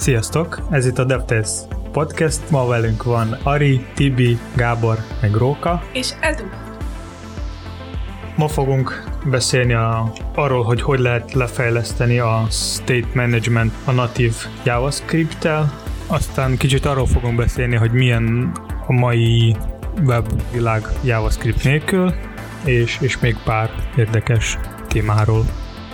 Sziasztok! Ez itt a DevTales Podcast. Ma velünk van Ari, Tibi, Gábor, meg Róka. És Edu. Ma fogunk beszélni arról, hogy lehet lefejleszteni a state management a natív JavaScript-tel. Aztán kicsit arról fogunk beszélni, hogy milyen a mai webvilág JavaScript nélkül, és még pár érdekes témáról.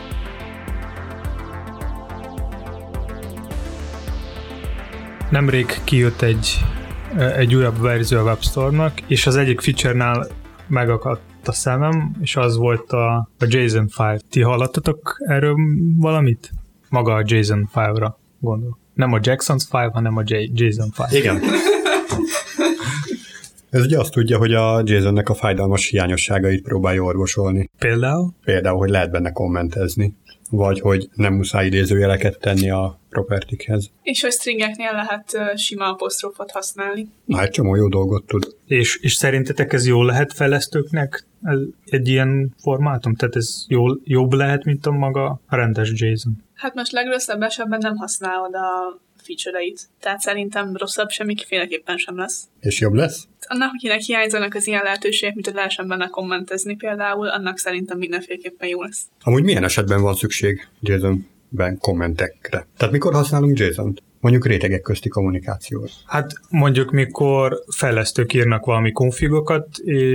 Nemrég kijött egy újabb verzió a WebStore-nak, és az egyik feature-nál megakadt a szemem, és az volt a JSON file. Ti hallottatok erről valamit? Maga a JSON file-ra gondol. Nem a Jackson's file, hanem a JSON file. Igen. Ez ugye azt tudja, hogy a JSON-nek a fájdalmas hiányosságait próbálja orvosolni. Például? Például, hogy lehet benne kommentezni, vagy hogy nem muszáj idézőjeleket tenni a propertikhez. És hogy stringeknél lehet sima apostrofot használni. Na, egy csomó jó dolgot tud. És szerintetek ez jól lehet fejlesztőknek egy ilyen formátum? Tehát ez jobb lehet, mint a maga a rendes JSON? Hát most legrosszabb esetben nem használod a feature-eit. Tehát szerintem rosszabb semmiféleképpen sem lesz. És jobb lesz? Annak, akinek hiányzanak az ilyen lehetőségek, mint hogy lehessen benne kommentezni például, annak szerintem mindenféleképpen jó lesz. Amúgy milyen esetben van szükség JSON-ben kommentekre? Tehát mikor használunk JSON-t? Mondjuk rétegek közti kommunikációt. Hát mondjuk mikor fejlesztők írnak valami konfigokat,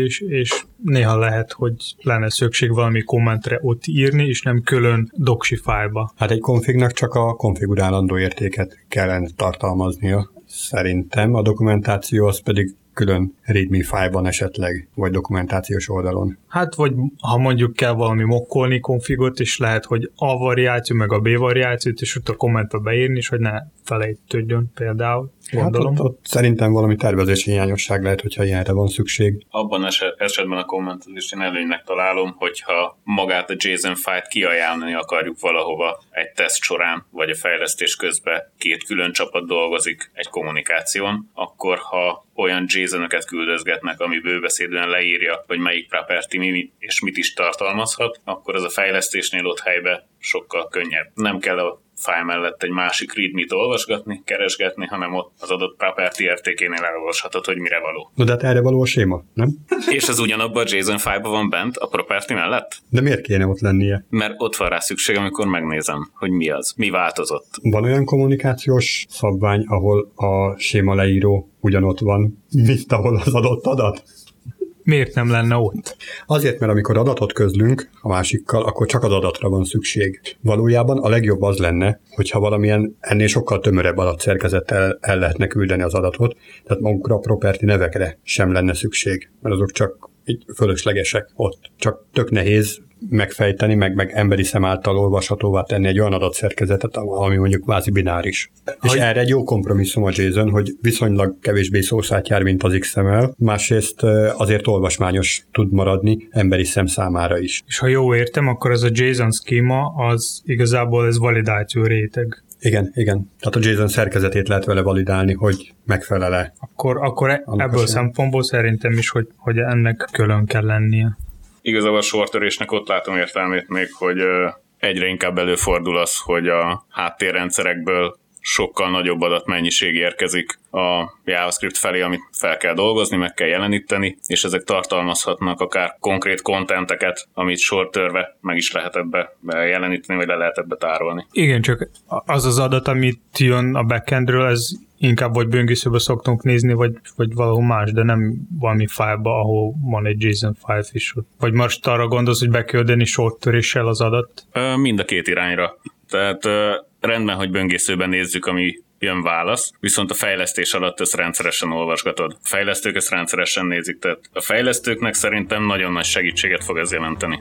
és néha lehet, hogy lenne szükség valami kommentre ott írni, és nem külön docsi fájlba. Hát egy konfignak csak a konfigurálandó értéket kellene tartalmaznia. Szerintem a dokumentáció az pedig külön readme fájlban esetleg, vagy dokumentációs oldalon. Hát, vagy ha mondjuk kell valami mokkolni konfigot, és lehet, hogy A variáció, meg a B variációt, és ott a kommentbe beírni, és hogy ne felejtődjön például. Gondolom. Hát ott szerintem valami tervezési hiányosság lehet, hogyha ilyenre van szükség. Abban esetben a kommentezést én előnynek találom, hogyha magát a JSON fájlt kiajánlani akarjuk valahova egy teszt során, vagy a fejlesztés közben két külön csapat dolgozik egy kommunikáción, akkor ha olyan JSON-öket küldözgetnek, ami bőbeszédűen leírja, hogy melyik property és mit is tartalmazhat, akkor az a fejlesztésnél ott helyben sokkal könnyebb. Nem kell a fájl mellett egy másik readme-t olvasgatni, keresgetni, hanem ott az adott property értékénél elolvashatod, hogy mire való. No, de hát erre való a séma, nem? És az ugyanabban a JSON fájlban van bent a property mellett? De miért kéne ott lennie? Mert ott van rá szükség, amikor megnézem, hogy mi az, mi változott. Van olyan kommunikációs szabvány, ahol a séma leíró ugyanott van, mint ahol az adott adat? Miért nem lenne ott? Azért, mert amikor adatot közlünk a másikkal, akkor csak az adatra van szükség. Valójában a legjobb az lenne, hogyha valamilyen ennél sokkal tömörebb adatszerkezettel el lehetne küldeni az adatot, tehát magukra a property nevekre sem lenne szükség, mert azok csak így fölöslegesek ott. Csak tök nehéz megfejteni, meg emberi szem által olvashatóvá tenni egy olyan adatszerkezetet, ami mondjuk kvázi bináris. És erre egy jó kompromisszum a JSON, hogy viszonylag kevésbé szószát jár, mint az XML, másrészt azért olvasmányos tud maradni emberi szem számára is. És ha jól értem, akkor ez a JSON schema, az igazából ez validáció réteg. Igen. Tehát a JSON szerkezetét lehet vele validálni, hogy megfelel-e. Akkor ebből szempontból szerintem is, hogy ennek külön kell lennie. Igazából a sortörésnek ott látom értelmét még, hogy egyre inkább előfordul az, hogy a háttérrendszerekből sokkal nagyobb adatmennyiség érkezik a JavaScript felé, amit fel kell dolgozni, meg kell jeleníteni, és ezek tartalmazhatnak akár konkrét contenteket, amit sortörve meg is lehet ebbe jeleníteni, vagy le lehet ebbe tárolni. Igen, csak az adat, amit jön a backendről, ez inkább vagy böngészőbe szoktunk nézni, vagy valahol más, de nem valami fájlba, ahol van egy JSON file is. Vagy most arra gondolsz, hogy beküldeni sortöréssel az adat? Mind a két irányra. Tehát rendben, hogy böngészőben nézzük, ami jön válasz, viszont a fejlesztés alatt ezt rendszeresen olvasgatod. A fejlesztők ezt rendszeresen nézik, tehát a fejlesztőknek szerintem nagyon nagy segítséget fog ez jelenteni.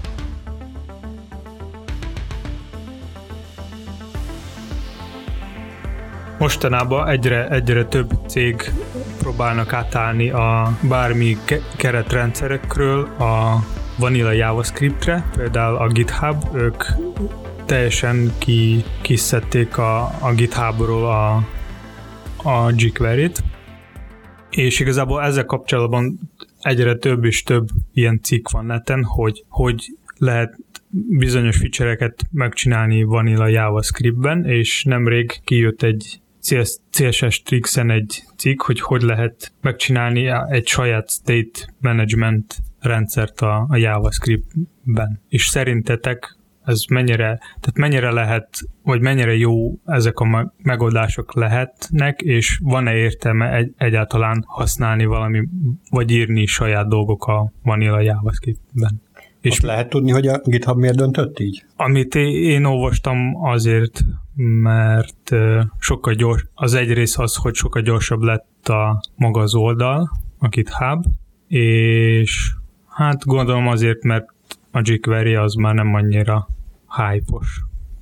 Mostanában egyre több cég próbálnak átállni a bármi keretrendszerekről a vanilla JavaScriptre, például a GitHub, ők teljesen kiszedték a GitHubról a jQuery-t, és igazából ezzel kapcsolatban egyre több és több ilyen cikk van neten, hogy lehet bizonyos feature-eket megcsinálni vanilla JavaScript-ben, és nemrég kijött egy CSS Tricks-en egy cikk, hogy lehet megcsinálni egy saját state management rendszert a JavaScript-ben. És szerintetek ez mennyire lehet, vagy mennyire jó ezek a megoldások lehetnek, és van-e értelme egyáltalán használni valami, vagy írni saját dolgok a vanilla JavaScript-ben? És lehet tudni, hogy a GitHub miért döntött így? Amit én olvastam azért, mert sokkal gyors, az egy rész az, hogy sokkal gyorsabb lett maga az oldal, a GitHub, és hát gondolom azért, mert a jQuery az már nem annyira hype-os.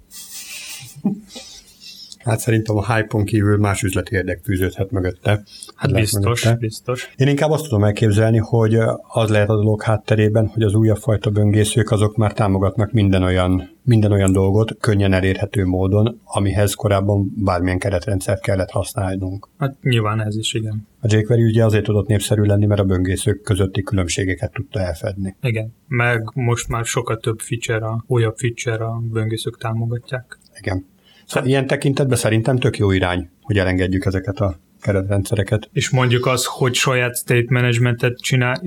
Hát szerintem a hype-on kívül más üzleti érdek fűződhet mögötte. Hát biztos. Én inkább azt tudom elképzelni, hogy az lehet a dolog hátterében, hogy az újabb fajta böngészők azok már támogatnak minden olyan dolgot könnyen elérhető módon, amihez korábban bármilyen keretrendszert kellett használnunk. Hát nyilván ez is, igen. A jQuery ugye azért tudott népszerű lenni, mert a böngészők közötti különbségeket tudta elfedni. Igen, meg most már sokkal több újabb feature a böngészők támogatják. Igen. Szóval ilyen tekintetben szerintem tök jó irány, hogy elengedjük ezeket a keretrendszereket. És mondjuk az, hogy saját state managementet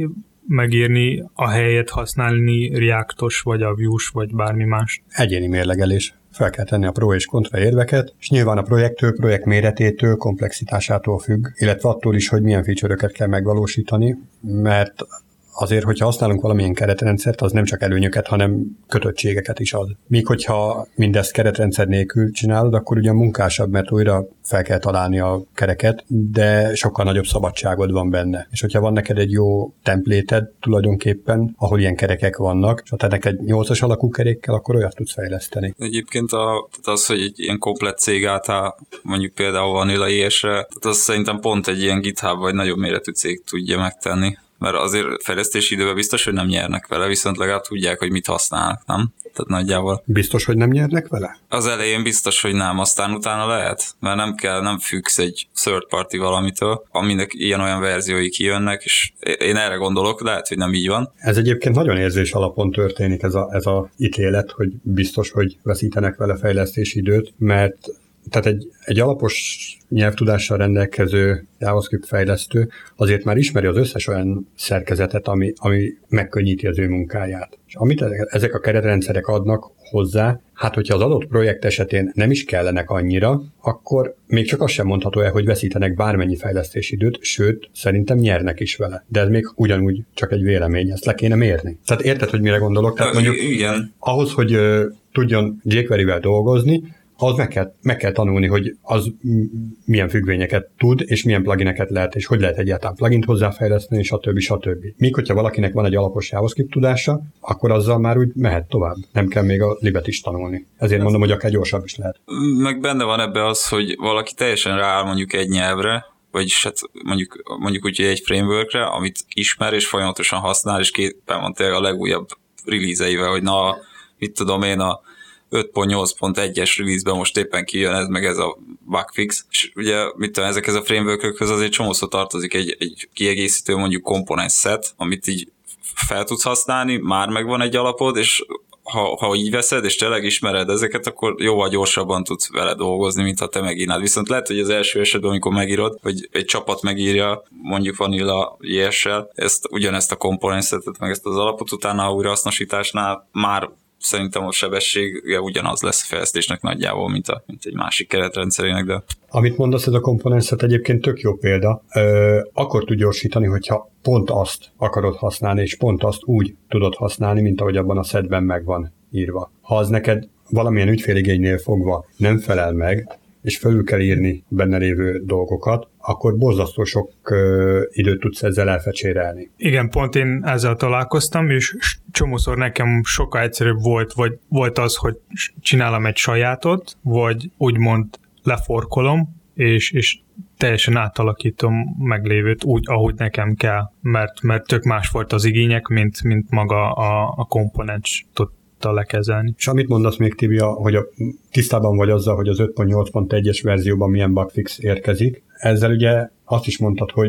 megírni, a helyet használni Reactos, vagy a Vue-s, vagy bármi más. Egyéni mérlegelés. Fel kell tenni a pro és kontra érveket, és nyilván a projekt méretétől, komplexitásától függ, illetve attól is, hogy milyen feature-öket kell megvalósítani, mert azért, hogyha használunk valamilyen keretrendszert, az nem csak előnyöket, hanem kötöttségeket is ad. Míg hogyha mindezt keretrendszer nélkül csinálod, akkor ugye munkásabb, mert újra fel kell találni a kereket, de sokkal nagyobb szabadságod van benne. És hogyha van neked egy jó templéted tulajdonképpen, ahol ilyen kerekek vannak, és ha te neked 8-as alakú kerékkel, akkor olyat tudsz fejleszteni. Egyébként az, hogy egy ilyen komplett cég átáll, mondjuk például Vanilla JS-re, tehát az szerintem pont egy ilyen GitHub vagy nagyobb méretű cég tudja megtenni. Mert azért fejlesztési időben biztos, hogy nem nyernek vele, viszont legalább tudják, hogy mit használnak, nem? Tehát nagyjából. Biztos, hogy nem nyernek vele? Az elején biztos, hogy nem, aztán utána lehet, mert nem függsz egy third party valamitől, aminek ilyen-olyan verziói kijönnek, és én erre gondolok, lehet, hogy nem így van. Ez egyébként nagyon érzés alapon történik ez a ítélet, hogy biztos, hogy veszítenek vele fejlesztési időt, mert tehát egy alapos nyelvtudással rendelkező JavaScript fejlesztő azért már ismeri az összes olyan szerkezetet, ami megkönnyíti az ő munkáját. És amit ezek a keretrendszerek adnak hozzá, hát hogyha az adott projekt esetén nem is kellenek annyira, akkor még csak azt sem mondható el, hogy veszítenek bármennyi fejlesztési időt, sőt, szerintem nyernek is vele. De ez még ugyanúgy csak egy vélemény, ezt le kéne mérni. Tehát érted, hogy mire gondolok? Tehát mondjuk igen. Ahhoz, hogy tudjon jQuery-vel dolgozni, az meg kell tanulni, hogy az milyen függvényeket tud, és milyen plugineket lehet, és hogy lehet egyáltalán plugint hozzáfejleszteni, stb. Míg hogyha valakinek van egy alapos JavaScript tudása, akkor azzal már úgy mehet tovább. Nem kell még a libet is tanulni. Ezért mondom, hogy akár gyorsabb is lehet. Meg benne van ebbe az, hogy valaki teljesen rááll mondjuk egy nyelvre, vagyis hát mondjuk úgy egy frameworkre, amit ismer és folyamatosan használ, és képen van tényleg a legújabb release-eivel, hogy na, mit tudom én, a 5.8.1-es release-ben most éppen kijön ez, meg ez a bugfix. És ugye, mit tudom, ezekhez a frameworkökhöz azért csomószor tartozik egy kiegészítő, mondjuk component set, amit így fel tudsz használni, már megvan egy alapod, és ha így veszed, és tényleg ismered ezeket, akkor jóval gyorsabban tudsz vele dolgozni, mint ha te megírnád. Viszont lehet, hogy az első esetben, amikor megírod, hogy egy csapat megírja, mondjuk Vanilla JS-sel, ugyanezt a component setet, meg ezt az alapot, utána a újrahasznosításnál már szerintem a sebessége ugyanaz lesz a fejlesztésnek nagyjából, mint egy másik keretrendszerének, de... Amit mondasz, ez a komponenset egyébként tök jó példa. Akkor tud gyorsítani, hogyha pont azt akarod használni, és pont azt úgy tudod használni, mint ahogy abban a setben meg van írva. Ha az neked valamilyen ügyféligénynél fogva nem felel meg, és fölül kell írni benne lévő dolgokat, akkor borzasztó sok időt tudsz ezzel elfecsérelni. Igen, pont én ezzel találkoztam, és csomószor nekem sokkal egyszerűbb volt az, hogy csinálom egy sajátot, vagy úgymond leforkolom, és teljesen átalakítom meglévőt úgy, ahogy nekem kell, mert tök más volt az igények, mint maga a komponens lekezelni. És amit mondasz még, Tibia, hogy tisztában vagy azzal, hogy az 5.8.1-es verzióban milyen bugfix érkezik, ezzel ugye azt is mondtad, hogy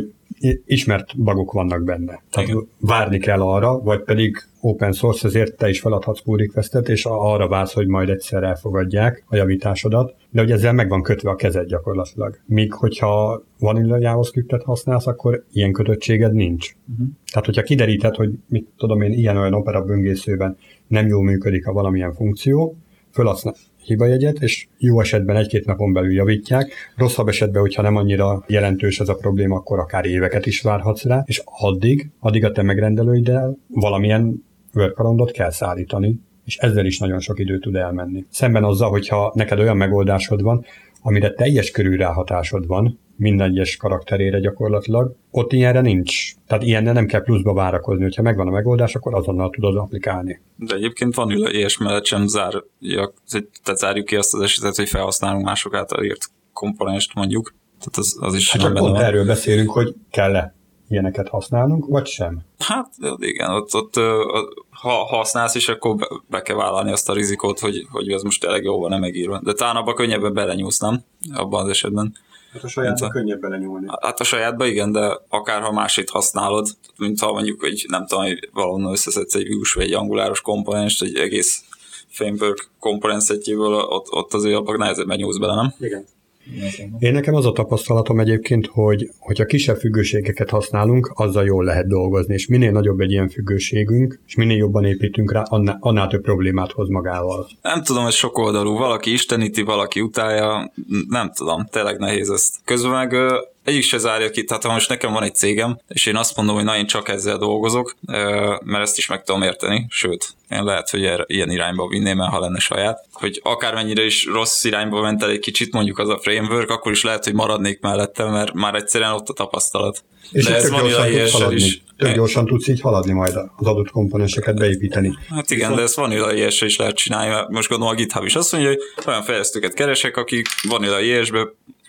ismert bugok vannak benne. Tehát várni kell arra, vagy pedig open source, ezért te is feladhatsz pull requestet, és arra vársz, hogy majd egyszer elfogadják a javításodat, de hogy ezzel meg van kötve a kezed gyakorlatilag. Míg hogyha vanilla JavaScriptet használsz, akkor ilyen kötöttséged nincs. Tehát, hogyha kideríted, hogy mit tudom én, ilyen-olyan Opera böngészőben nem jól működik a valamilyen funkció, föladsz hibajegyet, és jó esetben 1-2 napon belül javítják, rosszabb esetben, hogyha nem annyira jelentős ez a probléma, akkor akár éveket is várhatsz rá, és addig a te megrendelőiddel valamilyen workaroundot kell szállítani, és ezzel is nagyon sok idő tud elmenni. Szemben azzal, hogyha neked olyan megoldásod van, amire teljes körű ráhatásod van, minden egyes karakterére gyakorlatilag, ott ilyenre nincs. Tehát ilyenre nem kell pluszba várakozni, hogyha megvan a megoldás, akkor azonnal tudod applikálni. De egyébként Vanilla JS mellett sem zárjuk ki azt az esetet, hogy felhasználunk mások által írt komponenst mondjuk. Tehát az is csak pont erről beszélünk, hogy kell-e ilyeneket használnunk, vagy sem. Hát igen, ott ha használsz is, akkor be kell vállalni azt a rizikót, hogy ez most tényleg jó van-e megírva. De talán abban könnyebben belenyúlsz, nem? Abban az esetben. Hát a sajátban könnyebb belenyúlni. Hát a sajátban igen, de akárha másit használod, mint ha mondjuk egy, nem tudom, valahonnan összeszedsz egy Vue-s vagy egy anguláros komponenst, egy egész framework komponenszetjéből, ott azért abban nehezebben nyúlsz bele, nem? Igen. Én nekem az a tapasztalatom egyébként, hogyha kisebb függőségeket használunk, azzal jól lehet dolgozni, és minél nagyobb egy ilyen függőségünk, és minél jobban építünk rá, annál több problémát hoz magával. Nem tudom, ez sokoldalú, valaki isteníti, valaki utálja, nem tudom, tényleg nehéz ezt. Közben meg egyik se zárja ki, tehát ha most nekem van egy cégem, és én azt mondom, hogy na én csak ezzel dolgozok, mert ezt is meg tudom érteni, sőt, én lehet, hogy ilyen irányba vinném el, ha lenne saját, hogy akármennyire is rossz irányba ment el egy kicsit, mondjuk az a framework, akkor is lehet, hogy maradnék mellette, mert már egyszerűen ott a tapasztalat. És de ez Vanilla JS-sel is. Tök gyorsan tudsz így haladni majd az adott komponenseket beépíteni. Hát igen, de ezt Vanilla JS-sel is lehet csinálni, mert most gondolom a GitHub is azt mondja, hogy olyan fejlesztőket keresek, akik Vanilla JS-be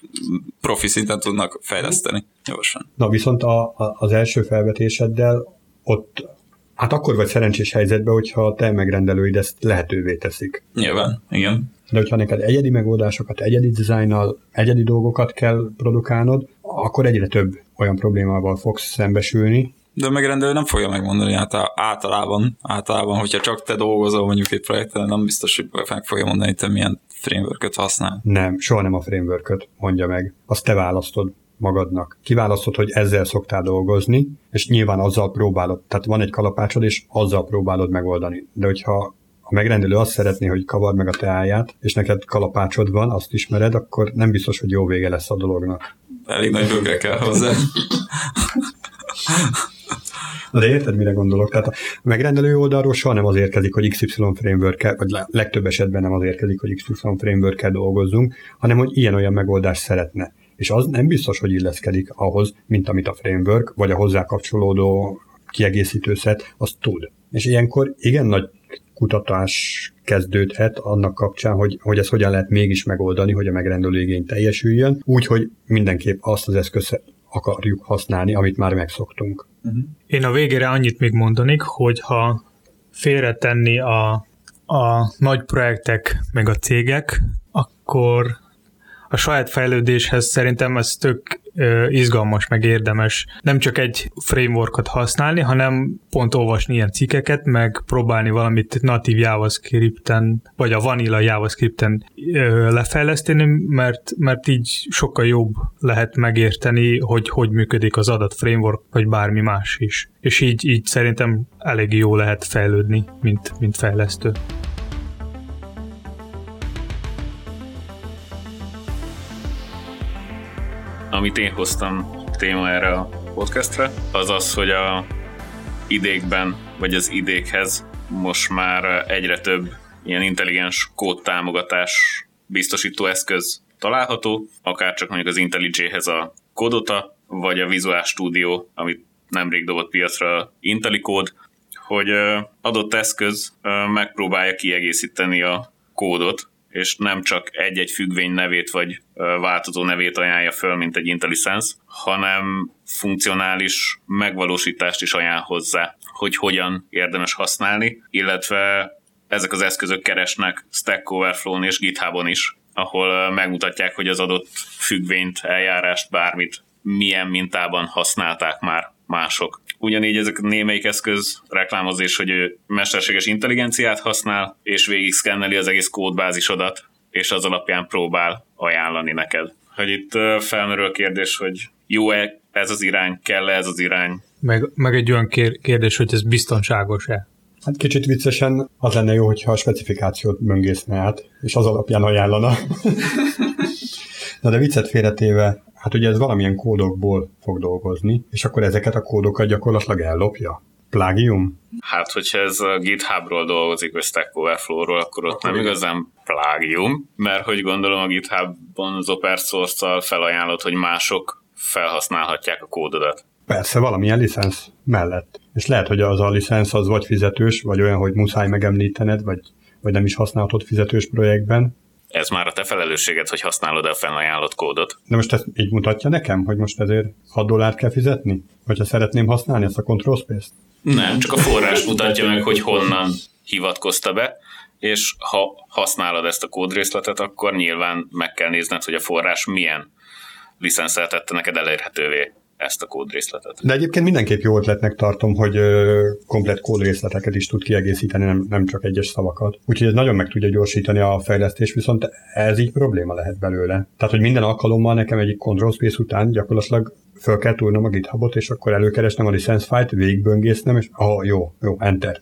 profi szinten tudnak fejleszteni gyorsan. Na viszont az első felvetéseddel ott, hát akkor vagy szerencsés helyzetben, hogyha a te megrendelőid ezt lehetővé teszik. Nyilván, igen. De hogyha neked egyedi megoldásokat, egyedi dizájnnal, egyedi dolgokat kell produkálnod, akkor egyre több olyan problémával fogsz szembesülni. De a megrendelő nem fogja megmondani, általában, hogyha csak te dolgozol mondjuk egy projekten, nem biztos, hogy meg fogja mondani, hogy te milyen frameworköt használ. Nem, soha nem a frameworköt mondja meg. Azt te választod magadnak. Kiválasztod, hogy ezzel szoktál dolgozni, és nyilván azzal próbálod, tehát van egy kalapácsod, és azzal próbálod megoldani. De hogyha a megrendelő azt szeretné, hogy kavard meg a teáját, és neked kalapácsod van, azt ismered, akkor nem biztos, hogy jó vége lesz a dolognak. Elég nagy bögre kell hozzá. De érted, mire gondolok? Tehát a megrendelő oldalról soha nem az érkezik, hogy XY framework-kel, vagy legtöbb esetben nem az érkezik, hogy XY framework-kel dolgozzunk, hanem hogy ilyen-olyan megoldást szeretne. És az nem biztos, hogy illeszkedik ahhoz, mint amit a framework, vagy a hozzá kapcsolódó kiegészítő szet, az tud. És ilyenkor igen nagy kutatás kezdődhet annak kapcsán, hogy ezt hogyan lehet mégis megoldani, hogy a megrendelő igény teljesüljön, úgyhogy mindenképp azt az eszközt akarjuk használni, amit már megszoktunk. Én a végére annyit még mondanék, hogy ha félretenni a nagy projektek meg a cégek, akkor a saját fejlődéshez szerintem ez tök izgalmas, meg érdemes nem csak egy frameworkot használni, hanem pont olvasni ilyen cikkeket, meg próbálni valamit natív JavaScripten, vagy a vanilla JavaScripten lefejleszteni, mert így sokkal jobb lehet megérteni, hogy működik az adott framework, vagy bármi más is. És így szerintem elég jó lehet fejlődni, mint fejlesztő. Amit én hoztam téma erre a podcastre, az az, hogy a idékben, vagy az idékhez most már egyre több ilyen intelligens kódtámogatás biztosító eszköz található, akár csak mondjuk az IntelliJ-hez a Codota, vagy a Visual Studio, amit nemrég dobott piacra IntelliCode, hogy adott eszköz megpróbálja kiegészíteni a kódot, és nem csak egy-egy függvény nevét vagy változó nevét ajánlja föl, mint egy IntelliSense, hanem funkcionális megvalósítást is ajánl hozzá, hogy hogyan érdemes használni, illetve ezek az eszközök keresnek Stack Overflow-n és GitHub-on is, ahol megmutatják, hogy az adott függvényt, eljárást, bármit milyen mintában használták már mások. Ugyanígy ezek némelyik eszköz reklámozás, hogy ő mesterséges intelligenciát használ, és végig szkenneli az egész kódbázisodat, és az alapján próbál ajánlani neked. Hogy itt felmerül a kérdés, hogy jó-e ez az irány, kell-e ez az irány? Meg egy olyan kérdés, hogy ez biztonságos-e? Hát kicsit viccesen az lenne jó, hogyha a specifikációt böngészne át, és az alapján ajánlana. Na de viccet félretéve, hát ugye ez valamilyen kódokból fog dolgozni, és akkor ezeket a kódokat gyakorlatilag ellopja. Plagium? Hát, hogyha ez a GitHubról dolgozik, vagy Stack Overflow-ról, akkor ott nem igazán plagium, mert hogy gondolom a GitHubon az open source-szal felajánlott, hogy mások felhasználhatják a kódodat. Persze, valamilyen licensz mellett. És lehet, hogy az a licensz az vagy fizetős, vagy olyan, hogy muszáj megemlítened, vagy nem is használhatod fizetős projektben. Ez már a te felelősséged, hogy használod a felajánlott kódot. De most ezt így mutatja nekem, hogy most ezért $6 kell fizetni? Hogyha szeretném használni ezt a Control Space-t? Nem, csak a forrás mutatja meg, hogy honnan hivatkozta be, és ha használod ezt a kódrészletet, akkor nyilván meg kell nézned, hogy a forrás milyen licenszel tette neked elérhetővé ezt a kódrészletet. De egyébként mindenképp jó ötletnek tartom, hogy komplett kódrészleteket is tud kiegészíteni, nem csak egyes szavakat. Úgyhogy ez nagyon meg tudja gyorsítani a fejlesztést, viszont ez így probléma lehet belőle. Tehát, hogy minden alkalommal nekem egyik Control Space után gyakorlatilag föl kell túrnom a GitHubot, és akkor előkeresnem a license file-t, végigböngésznem, és jó, enter.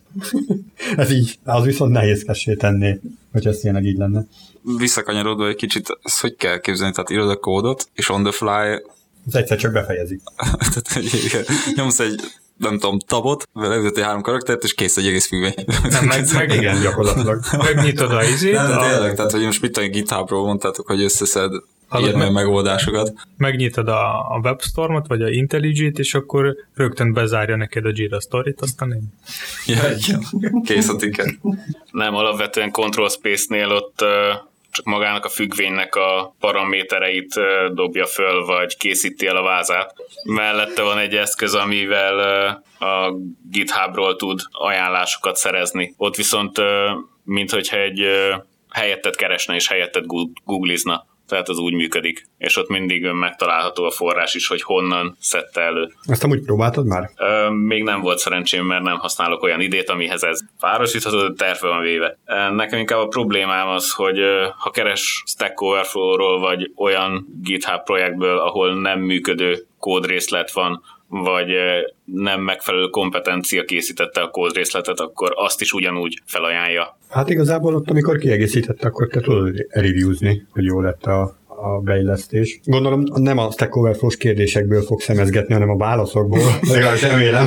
Ez így, az viszont nehézkessé tenné, hogy ez tényleg így lenne. Visszakanyarodva egy kicsit, ezt hogy kell képzelni? Tehát írod a kódot, és on the fly az egyszer csak befejezik. Tehát nyomsz egy, nem tudom, tabot, leütöttél 3 karaktert, és kész egy egész függvény. Igen, gyakorlatilag. Megnyitod a izét. Tényleg, tehát hogy most mit tudom, GitHubról mondtátok, hogy összeszed ilyen megoldásokat. Megnyitod a WebStormot, vagy a IntelliJ-t, és akkor rögtön bezárja neked a Jira Story-t, aztán én. Ja, kész a ticket. Nem, alapvetően Control Space-nél ott csak magának a függvénynek a paramétereit dobja föl, vagy készíti el a vázát. Mellette van egy eszköz, amivel a GitHubról tud ajánlásokat szerezni. Ott viszont minthogyha egy helyettet keresne és helyettet googlizna. Tehát az úgy működik, és ott mindig megtalálható a forrás is, hogy honnan szedte elő. Ezt amúgy próbáltad már? Még nem volt szerencsém, mert nem használok olyan idét, amihez ez párosítható, de terve van véve. Nekem inkább a problémám az, hogy ha keres Stack Overflow-ról, vagy olyan GitHub projektből, ahol nem működő kódrészlet van, vagy nem megfelelő kompetencia készítette a kódrészletet, akkor azt is ugyanúgy felajánlja. Hát igazából ott, amikor kiegészítette, akkor te tudod reviewzni, hogy jó lett a beillesztés. Gondolom nem a Stack Overflow-s kérdésekből fog szemezgetni, hanem a válaszokból. Legalábbis remélem.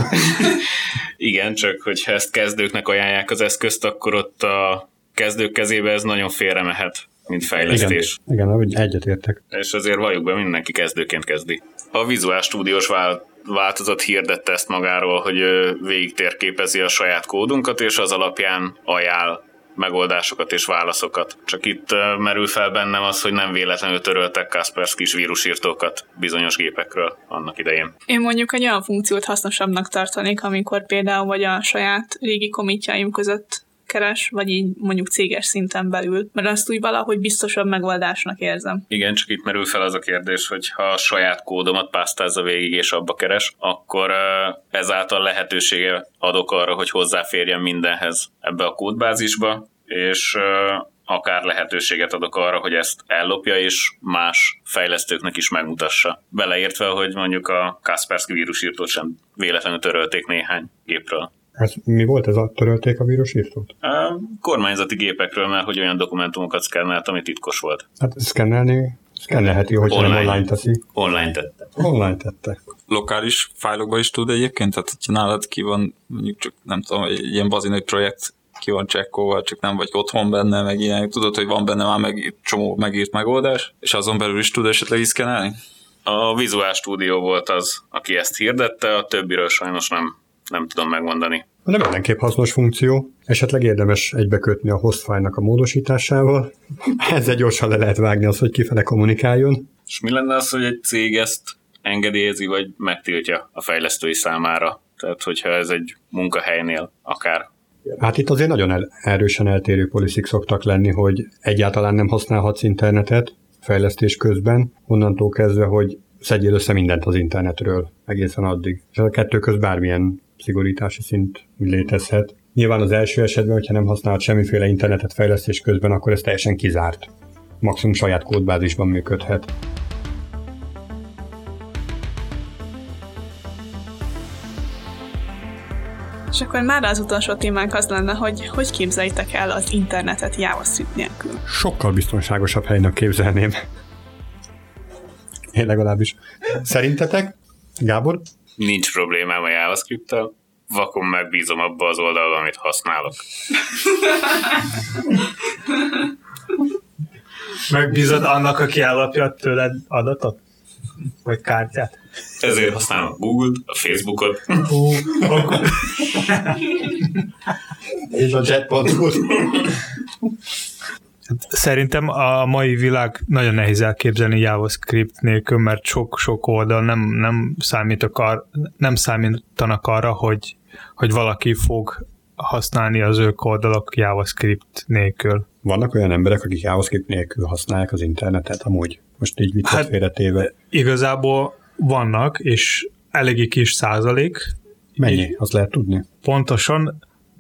Igen, csak hogyha ezt kezdőknek ajánlják az eszközt, akkor ott a kezdők kezébe ez nagyon félre mehet, mint fejlesztés. Igen, egyetértek. És azért valljuk be, mindenki kezdőként kezdi. A Visual Studios változat hirdette ezt magáról, hogy végig térképezi a saját kódunkat, és az alapján ajánl megoldásokat és válaszokat. Csak itt merül fel bennem az, hogy nem véletlenül töröltek Kaspersky-s vírusírtókat bizonyos gépekről annak idején. Én mondjuk egy olyan funkciót hasznosabbnak tartanék, amikor például vagy a saját régi commitjaim között keres, vagy így mondjuk céges szinten belül, mert azt úgy valahogy biztosabb megoldásnak érzem. Igen, csak itt merül fel az a kérdés, hogy ha a saját kódomat pásztázza végig és abba keres, akkor ezáltal lehetősége adok arra, hogy hozzáférjen mindenhez ebbe a kódbázisba, és akár lehetőséget adok arra, hogy ezt ellopja, és más fejlesztőknek is megmutassa. Beleértve, hogy mondjuk a Kaspersky vírusírtót sem véletlenül törölték néhány gépről. Mi volt ez, törölték a vírusírtót? Kormányzati gépekről, mert hogy olyan dokumentumokat szkennelt, ami titkos volt. Hát szkennelheti, hogy online teszi. Online tette. Lokális fájlokban is tud egyébként? Tehát, hogyha nálad ki van, mondjuk csak nem tudom, egy ilyen bazinai projekt ki van csekkolva, csak nem vagy otthon benne, meg ilyen, tudod, hogy van benne már csomó megírt megoldás, és azon belül is tud esetleg is szkennelni? A Visual Studio volt az, aki ezt hirdette, a többiről sajnos nem tudom megmondani. De mindenképp hasznos funkció. Esetleg érdemes egybekötni a host file-nak a módosításával. Ezzel gyorsan le lehet vágni azt, hogy kifele kommunikáljon. És mi lenne az, hogy egy cég ezt engedélyezi, vagy megtiltja a fejlesztői számára? Tehát, hogyha ez egy munkahelynél akár. Hát itt azért nagyon erősen eltérő policy szoktak lenni, hogy egyáltalán nem használhatsz internetet fejlesztés közben, onnantól kezdve, hogy szedjél össze mindent az internetről egészen addig. És a kettő köz bármilyen szigorítási szint létezhet. Nyilván az első esetben, hogyha nem használhat semmiféle internetet fejlesztés közben, akkor ez teljesen kizárt. Maximum saját kódbázisban működhet. És akkor már az utolsó témánk az lenne, hogy képzeljétek el az internetet JavaScript nélkül. Sokkal biztonságosabb helynek képzelném. Én legalábbis. Szerintetek? Gábor? Nincs problémám a JavaScript-tel. Vakon megbízom abba az oldalba, amit használok. Megbízod annak, aki ellopja tőled adatot? Vagy kártyát? Ezért használom a Google-t, a Facebookot. És a jet.hu. Szerintem a mai világ nagyon nehéz elképzelni JavaScript nélkül, mert sok-sok oldal nem számítanak arra, hogy valaki fog használni az ők oldalak JavaScript nélkül. Vannak olyan emberek, akik JavaScript nélkül használják az internetet amúgy? Most így viccet félretéve. Igazából vannak, és eléggé kis százalék. Mennyi? Azt lehet tudni? Pontosan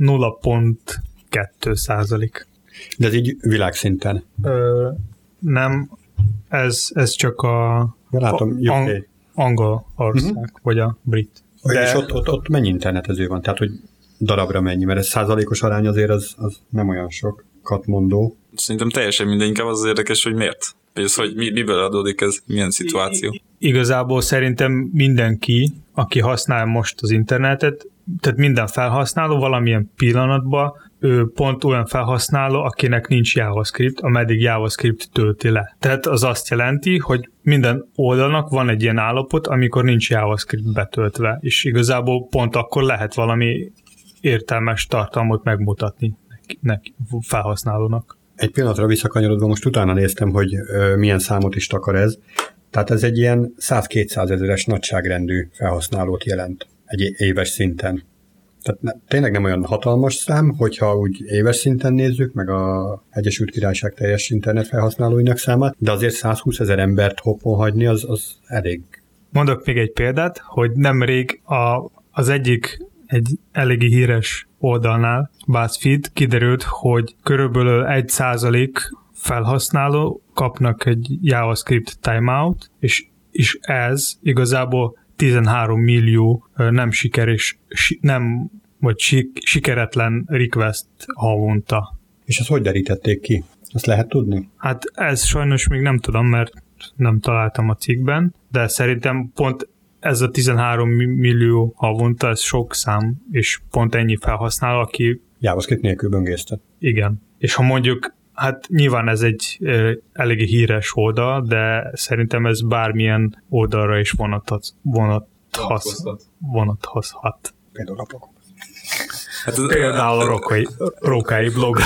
0,2%. De ez így világszinten? Nem, ez csak a látom, angol ország, vagy a brit. De... És ott mennyi internetező van? Tehát, hogy darabra mennyi? Mert ez százalékos arány azért az nem olyan sokat mondó. Szerintem teljesen minden, inkább az érdekes, hogy miért. És hogy miből adódik ez, milyen szituáció. Igazából szerintem mindenki, aki használ most az internetet, tehát minden felhasználó valamilyen pillanatban ő pont olyan felhasználó, akinek nincs JavaScript, ameddig JavaScript tölti le. Tehát az azt jelenti, hogy minden oldalnak van egy ilyen állapot, amikor nincs JavaScript betöltve, és igazából pont akkor lehet valami értelmes tartalmat megmutatni neki felhasználónak. Egy pillanatra visszakanyarodva most utána néztem, hogy milyen számot is takar ez. Tehát ez egy ilyen 100-200 ezeres nagyságrendű felhasználót jelent egy éves szinten. Tehát tényleg nem olyan hatalmas szám, hogyha úgy éves szinten nézzük, meg a Egyesült Királyság teljes internet felhasználóinak számát, de azért 120 000 embert hoppon hagyni, az elég. Mondok még egy példát, hogy nemrég az egyik egy eléggé híres oldalnál, BuzzFeed, kiderült, hogy körülbelül 1% felhasználó kapnak egy JavaScript timeout, és ez igazából 13 millió nem sikeres, sikeretlen request havonta. És ezt hogy derítették ki? Azt lehet tudni? Hát ez sajnos még nem tudom, mert nem találtam a cikkben, de szerintem pont ez a 13 millió havonta, ez sok szám, és pont ennyi felhasználó, aki... JavaScript nélkül böngészte. Igen. És ha mondjuk, hát nyilván ez egy eléggé híres oldal, de szerintem ez bármilyen oldalra is vonatkozhat. Például a blog. Hát például a Rókai blog.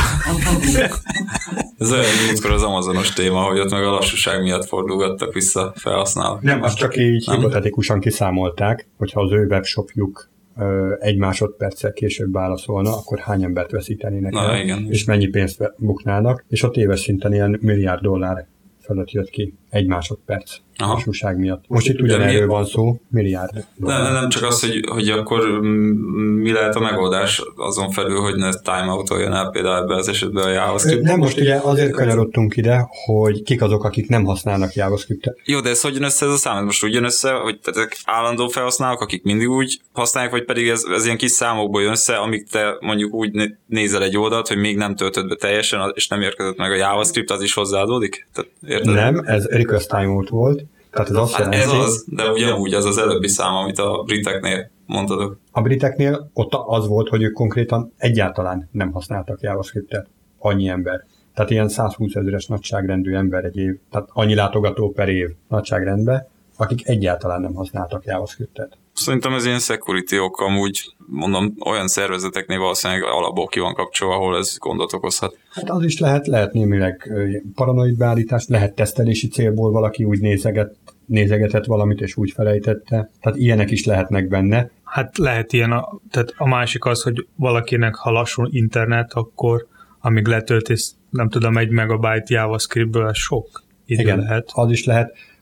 Ez olyan, amikor az Amazonos téma, hogy ott meg a lassúság miatt fordulgattak vissza felhasználók. Nem, azt csak így hipotetikusan kiszámolták, hogyha az ő webshopjuk 1 másodperccel később válaszolna, akkor hány embert veszítenének el, igen. És mennyi pénzt buknának, és ott éves szinten ilyen $1 milliárd felett jött ki 1 másodperc lassúság miatt. Most itt ugyanerről van szó, $1 milliárd. Nem csak az, hogy akkor mi lehet a megoldás azon felül, hogy ne timeoutoljon el például ebben az esetben a JavaScript. Nem, most ugye azért kanyarodtunk ide, hogy kik azok, akik nem használnak JavaScript-et. Jó, de ez hogy jön össze ez a szám? Most úgy jön össze, hogy ezek állandó felhasználók, akik mindig úgy használják, vagy pedig ez ilyen kis számokból jön össze, amíg te mondjuk úgy nézel egy oldalt, hogy még nem töltött be teljesen, és nem érkezett meg a JavaScript, az is hozzáadódik? Nem, ez request timeout volt. Tehát ez azt jelenti, ez az, de ugyanúgy az előbbi szám, amit a briteknél mondtad. A briteknél ott az volt, hogy ők konkrétan egyáltalán nem használtak JavaScript-et. Annyi ember. Tehát ilyen 120 000-es nagyságrendű ember egy év, tehát annyi látogató per év nagyságrendben, akik egyáltalán nem használtak JavaScript-et. Szerintem ez ilyen security ok, amúgy mondom, olyan szervezeteknél valószínűleg alapból ki van kapcsolva, ahol ez gondot okozhat. Hát az is lehet némileg paranoid beállítás, lehet tesztelési célból valaki úgy nézegetett valamit, és úgy felejtette. Tehát ilyenek is lehetnek benne. Hát lehet ilyen, tehát a másik az, hogy valakinek, ha lassú internet, akkor amíg letöltés, nem tudom, 1 megabyte JavaScriptből, ez sok idő. Igen, lehet. Az is lehet.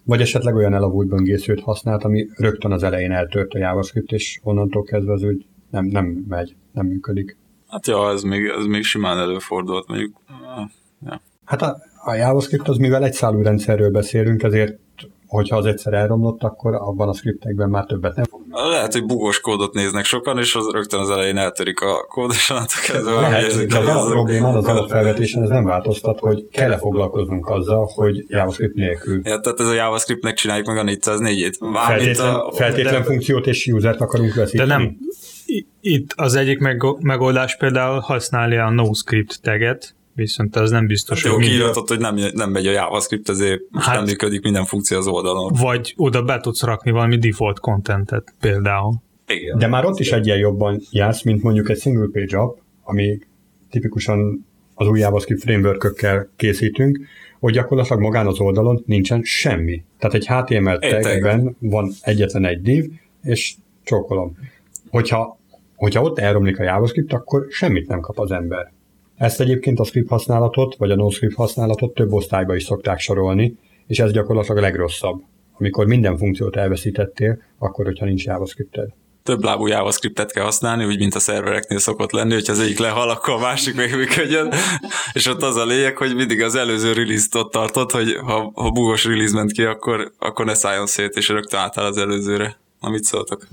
Vagy esetleg olyan elavult böngészőt használt, ami rögtön az elején eltört a JavaScript, és onnantól kezdve az úgy nem megy, nem működik. Hát ja, ez még simán előfordult, mondjuk. Ja. Hát a JavaScript az, mivel egyszálú rendszerről beszélünk, ezért, hogyha az egyszer elromlott, akkor abban a scriptekben már többet nem fog. Lehet, hogy bugós kódot néznek sokan, és az rögtön az elején eltörik a kód, és onnantól kezdve lehet, de a probléma az alapfelvetésen ez nem változtat, hogy kell-e foglalkoznunk azzal, hogy JavaScript nélkül. Ja, tehát ez a JavaScriptnek csináljuk meg a 404-et. Feltétlen funkciót és usert akarunk veszíteni. De nem. Itt az egyik megoldás például használja a NoScript taget, viszont az nem biztos, hogy kiiratott, hogy nem megy a JavaScript, ezért most nem működik minden funkció az oldalon. Vagy oda be tudsz rakni valami default contentet például. Igen. De már ott is egyen jobban jársz, mint mondjuk egy single page app, ami tipikusan az új JavaScript framework-ökkel készítünk, hogy gyakorlatilag magán az oldalon nincsen semmi. Tehát egy HTML tagben van egyetlen egy div, és csókolom. Hogyha ott elromlik a JavaScript, akkor semmit nem kap az ember. Ezt egyébként a script használatot, vagy a no-script használatot több osztályba is szokták sorolni, és ez gyakorlatilag a legrosszabb. Amikor minden funkciót elveszítettél, akkor, hogyha nincs JavaScripted. Több lábú JavaScriptet kell használni, úgy, mint a szervereknél szokott lenni, hogy az egyik lehal, akkor a másik még működjön, és ott az a lényeg, hogy mindig az előző release-t ott tartod, hogy ha bugos release ment ki, akkor ne szálljon szét, és rögtön átáll az előzőre. Amit szóltak?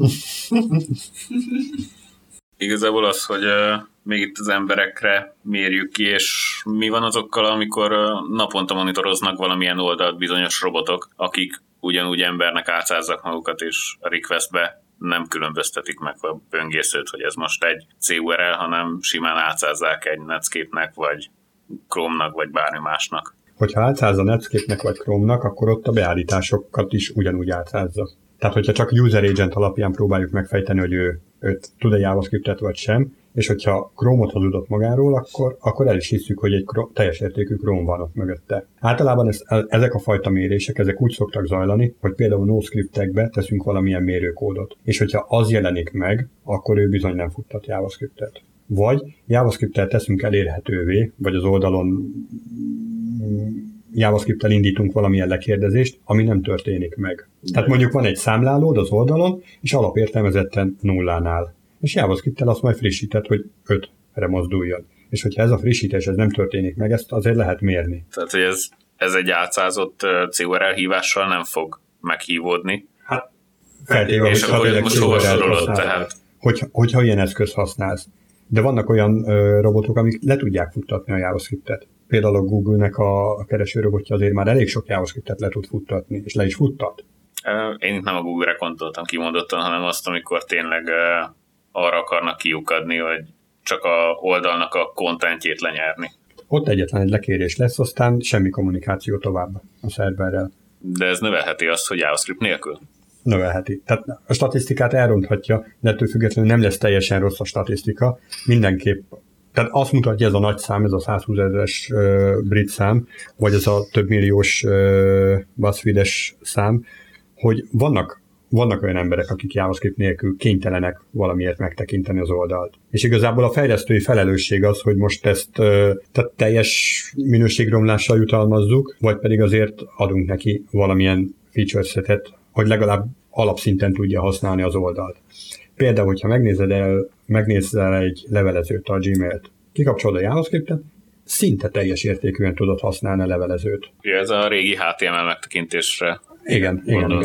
Igazából az, hogy még itt az emberekre mérjük ki, és mi van azokkal, amikor naponta monitoroznak valamilyen oldalt bizonyos robotok, akik ugyanúgy embernek átszázzak magukat, és a requestbe nem különböztetik meg a böngészőt, hogy ez most egy CURL, hanem simán átszázzák egy Netscape-nek, vagy Chrome-nak, vagy bármi másnak. Hogyha átszázza Netscape-nek, vagy Chrome-nak, akkor ott a beállításokat is ugyanúgy átszázza. Tehát, hogyha csak user agent alapján próbáljuk megfejteni, hogy ő tud-e JavaScriptet vagy sem, és hogyha Chrome-ot hazudott magáról, akkor el is hiszük, hogy egy teljes értékű Chrome van ott mögötte. Általában ezek a fajta mérések, ezek úgy szoktak zajlani, hogy például NoScriptekbe teszünk valamilyen mérőkódot. És hogyha az jelenik meg, akkor ő bizony nem futtat JavaScriptet. Vagy JavaScriptet teszünk elérhetővé, vagy az oldalon JavaScripttel indítunk valamilyen lekérdezést, ami nem történik meg. Tehát mondjuk van egy számlálód az oldalon, és alapértelmezetten nullánál. És JavaScripttel azt majd frissített, hogy 5-re mozduljon. És hogyha ez a frissítés ez nem történik meg, ezt azért lehet mérni. Tehát, hogy ez egy átszázott CURL hívással nem fog meghívódni. Hát feltéve, és akkor most hova sorolod tehát? Hogyha ilyen eszköz használsz. De vannak olyan robotok, amik le tudják futtatni a JavaScriptet. Például a Google-nek a keresőrobotja azért már elég sok JavaScriptet le tud futtatni, és le is futtat. Én itt nem a Google-re gondoltam kimondottan, hanem azt, amikor tényleg arra akarnak kiukadni, hogy csak a oldalnak a contentjét lenyerni. Ott egyetlen egy lekérés lesz, aztán semmi kommunikáció tovább a szerverrel. De ez növelheti azt, hogy JavaScript nélkül? Növelheti. Tehát a statisztikát elronthatja, de ettől függetlenül nem lesz teljesen rossz a statisztika. Mindenképp. Tehát azt mutatja ez a nagy szám, ez a 120 000-es brit szám, vagy ez a több milliós BuzzFeed-es szám, hogy vannak olyan emberek, akik JavaScript nélkül kénytelenek valamiért megtekinteni az oldalt. És igazából a fejlesztői felelősség az, hogy most ezt tehát teljes minőségromlással jutalmazzuk, vagy pedig azért adunk neki valamilyen feature setet, hogy legalább alapszinten tudja használni az oldalt. Például, hogyha megnézel egy levelezőt, a Gmailt, kikapcsolod a JavaScriptet, szinte teljes értékűen tudod használni a levelezőt. Ja, ez a régi HTML megtekintésre. Igen.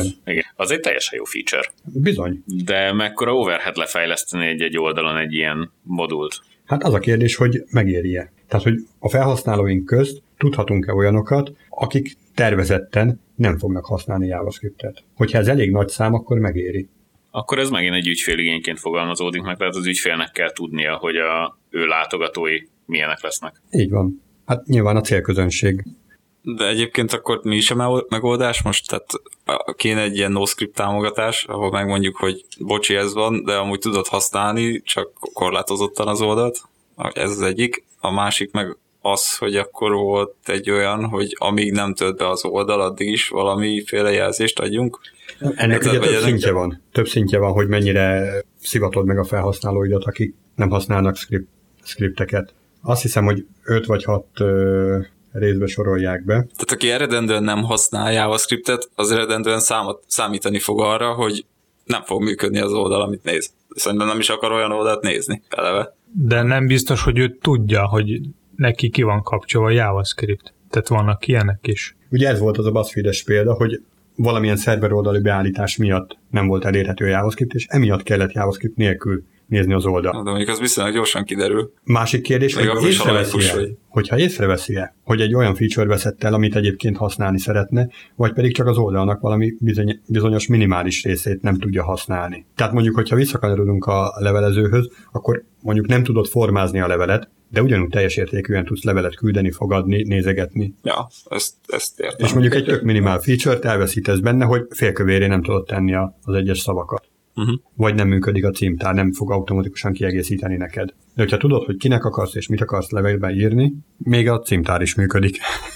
Az egy teljesen jó feature. Bizony. De mekkora overhead lefejleszteni egy oldalon egy ilyen modult? Hát az a kérdés, hogy megéri-e. Tehát, hogy a felhasználóink közt tudhatunk-e olyanokat, akik tervezetten nem fognak használni JavaScriptet. Hogyha ez elég nagy szám, akkor megéri. Akkor ez megint egy ügyféligényként fogalmazódik meg, tehát az ügyfélnek kell tudnia, hogy a ő látogatói milyenek lesznek. Így van. Hát nyilván a célközönség. De egyébként akkor mi is a megoldás most? Tehát kéne egy ilyen no-script támogatás, ahol megmondjuk, hogy bocsi, ez van, de amúgy tudod használni, csak korlátozottan az oldalt. Ez az egyik. A másik meg az, hogy akkor volt egy olyan, hogy amíg nem tölt be az oldal, addig is valamiféle jelzést adjunk. Ennek ugye több szintje van, hogy mennyire szivatod meg a felhasználóidat, akik nem használnak scripteket. Azt hiszem, hogy 5 vagy 6 részbe sorolják be. Tehát aki eredendően nem használ JavaScriptet, az eredendően számítani fog arra, hogy nem fog működni az oldal, amit néz. Szerintem nem is akar olyan oldalt nézni eleve. De nem biztos, hogy ő tudja, hogy neki ki van kapcsolva a JavaScript. Tehát vannak ilyenek is. Ugye ez volt az a BuzzFeed-es példa, hogy valamilyen szerveroldali beállítás miatt nem volt elérhető a JavaScript, és emiatt kellett JavaScript nélkül nézni az oldalt. De mondjuk az viszonylag gyorsan kiderül. Másik kérdés, hogyha észreveszi-e, hogy egy olyan feature veszett el, amit egyébként használni szeretne, vagy pedig csak az oldalnak valami bizonyos minimális részét nem tudja használni. Tehát mondjuk, hogyha visszakanyarodunk a levelezőhöz, akkor mondjuk nem tudod formázni a levelet, de ugyanúgy teljes értékűen tudsz levelet küldeni, fogadni, nézegetni. Ja, ezt értem. És mondjuk egy tök minimál feature-t elveszítesz benne, hogy félkövéré nem tudod tenni az egyes szavakat. Vagy nem működik a címtár, nem fog automatikusan kiegészíteni neked. De hogyha tudod, hogy kinek akarsz és mit akarsz levélben írni, még a címtár is működik.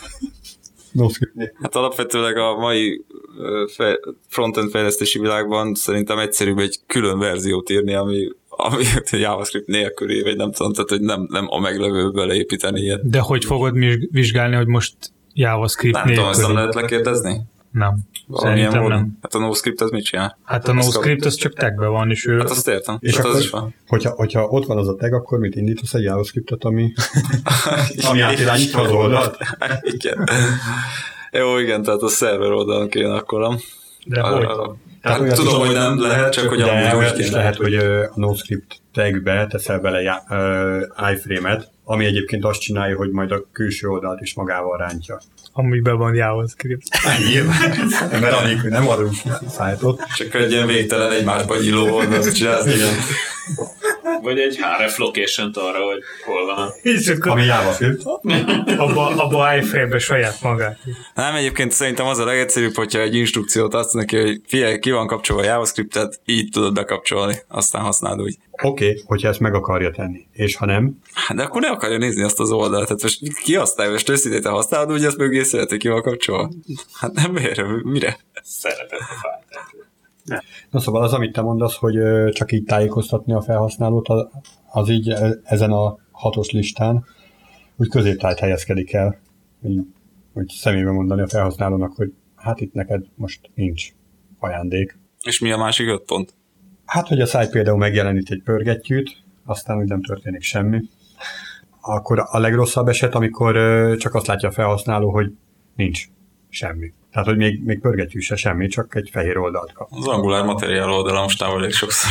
Hát alapvetőleg a mai frontend fejlesztési világban szerintem egyszerűbb egy külön verziót írni, ami JavaScript nélküli, vagy nem tudom, tehát hogy nem a meglevőből építeni ilyet. De hogy fogod vizsgálni, hogy most JavaScript nélküli? Nem tudom, ezt nem lehet lekérdezni? Nem. Szerintem nem. Hát a NoScript az mit csinál? Hát a NoScript az csak tagben van, és ő... Hát azt értem. És hát akkor, az is van. Hogyha ott van az a tag, akkor mit indítasz egy JavaScriptet, ami átirányítva az oldalt? Igen. Jó, igen, tehát a szerver oldalon kéne akkor nem. De hogy? Hát tudom, hogy nem lehet, csak hogy amúgy úgy kéne. Lehet, hogy a NoScript tagbe teszel bele iframe-et, ami egyébként azt csinálja, hogy majd a külső oldalt is magával rántja. Amiben van JavaScript. Mert annélkül nem adunk szájtot. Csak egy ilyen végtelen egymásba nyíló oldalt csinálsz, igen. Vagy egy href location-t arra, hogy hol van ami JavaScript. Abba iframe-be saját magát. Nem, egyébként szerintem az a legegyszerűbb, hogyha egy instrukciót adsz neki, hogy figyelj, ki van kapcsolva a JavaScriptet, így tudod bekapcsolni, aztán használd úgy. Oké, hogyha ezt meg akarja tenni. És ha nem? Hát de akkor ne akarja nézni azt az oldalt. Hát most ki használja, most őszintén te használod, úgy ezt mögé szerető, ki van kapcsolva. Hát nem mire? Szeretett a fájt. Na szóval az, amit te mondasz, hogy csak így tájékoztatni a felhasználót, az így ezen a 6-os listán úgy középtájt helyezkedik el, hogy szemébe mondani a felhasználónak, hogy hát itt neked most nincs ajándék. És mi a másik 5 pont? Hát, hogy a site például megjelenít egy pörgettyűt, aztán úgy nem történik semmi. Akkor a legrosszabb eset, amikor csak azt látja a felhasználó, hogy nincs semmi. Tehát, hogy még pörgetjű se semmi, csak egy fehér oldalt kap. Az Angular materiál oldala mostában elég sokszor.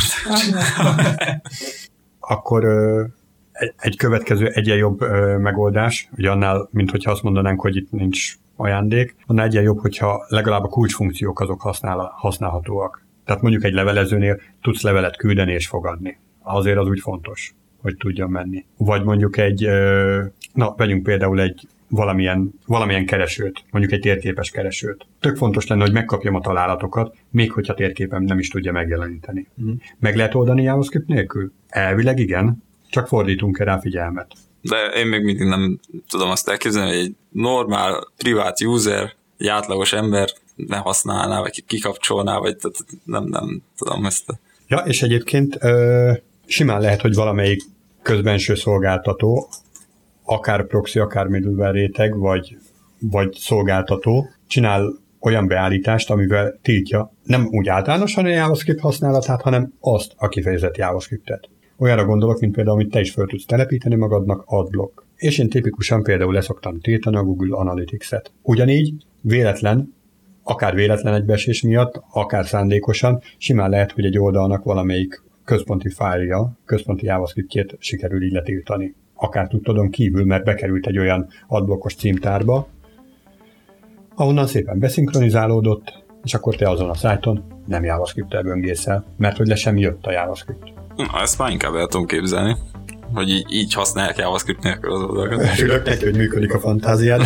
Akkor egy következő egyen jobb megoldás, ugye annál, mint hogyha azt mondanánk, hogy itt nincs ajándék, annál egyen jobb, hogyha legalább a kulcsfunkciók azok használhatóak. Tehát mondjuk egy levelezőnél tudsz levelet küldeni és fogadni. Azért az úgy fontos, hogy tudjon menni. Vagy mondjuk vegyünk például egy valamilyen keresőt, mondjuk egy térképes keresőt. Tök fontos lenne, hogy megkapjam a találatokat, még hogyha térképen nem is tudja megjeleníteni. Meg lehet oldani JavaScript nélkül? Elvileg igen, csak fordítunk rá figyelmet. De én még mindig nem tudom azt elképzelni, hogy egy normál, privát user, egy átlagos ember ne használná, vagy kikapcsolná, vagy nem tudom ezt. Ja, és egyébként simán lehet, hogy valamelyik közbenső szolgáltató, akár proxy, akár middleware réteg, vagy szolgáltató csinál olyan beállítást, amivel tiltja nem úgy általánosan a JavaScript használatát, hanem azt a kifejezett JavaScriptet. Olyanra gondolok, mint például, amit te is fel tudsz telepíteni magadnak, adblock. És én tipikusan például leszoktam tiltani a Google Analytics-et. Ugyanígy akár véletlen egybeesés miatt, akár szándékosan, simán lehet, hogy egy oldalnak valamelyik központi fájlja, központi JavaScriptjét sikerül így letiltani. Akár tudtadon kívül, mert bekerült egy olyan adblockos címtárba, ahonnan szépen beszinkronizálódott, és akkor te azon a szájton nem JavaScript-tel böngészel, mert hogy le sem jött a JavaScript. Na, ezt már inkább el tudom képzelni, hogy így használják JavaScript nélkül az oldalakat. Örülök neki, hogy működik a fantáziád.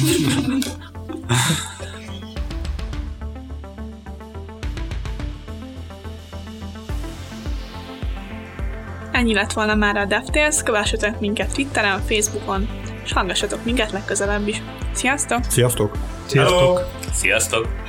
Ennyi lett volna már a DevTales, kövessetek minket Twitteren, Facebookon, és hallgassatok minket legközelebb is. Sziasztok! Sziasztok! Sziasztok! Sziasztok!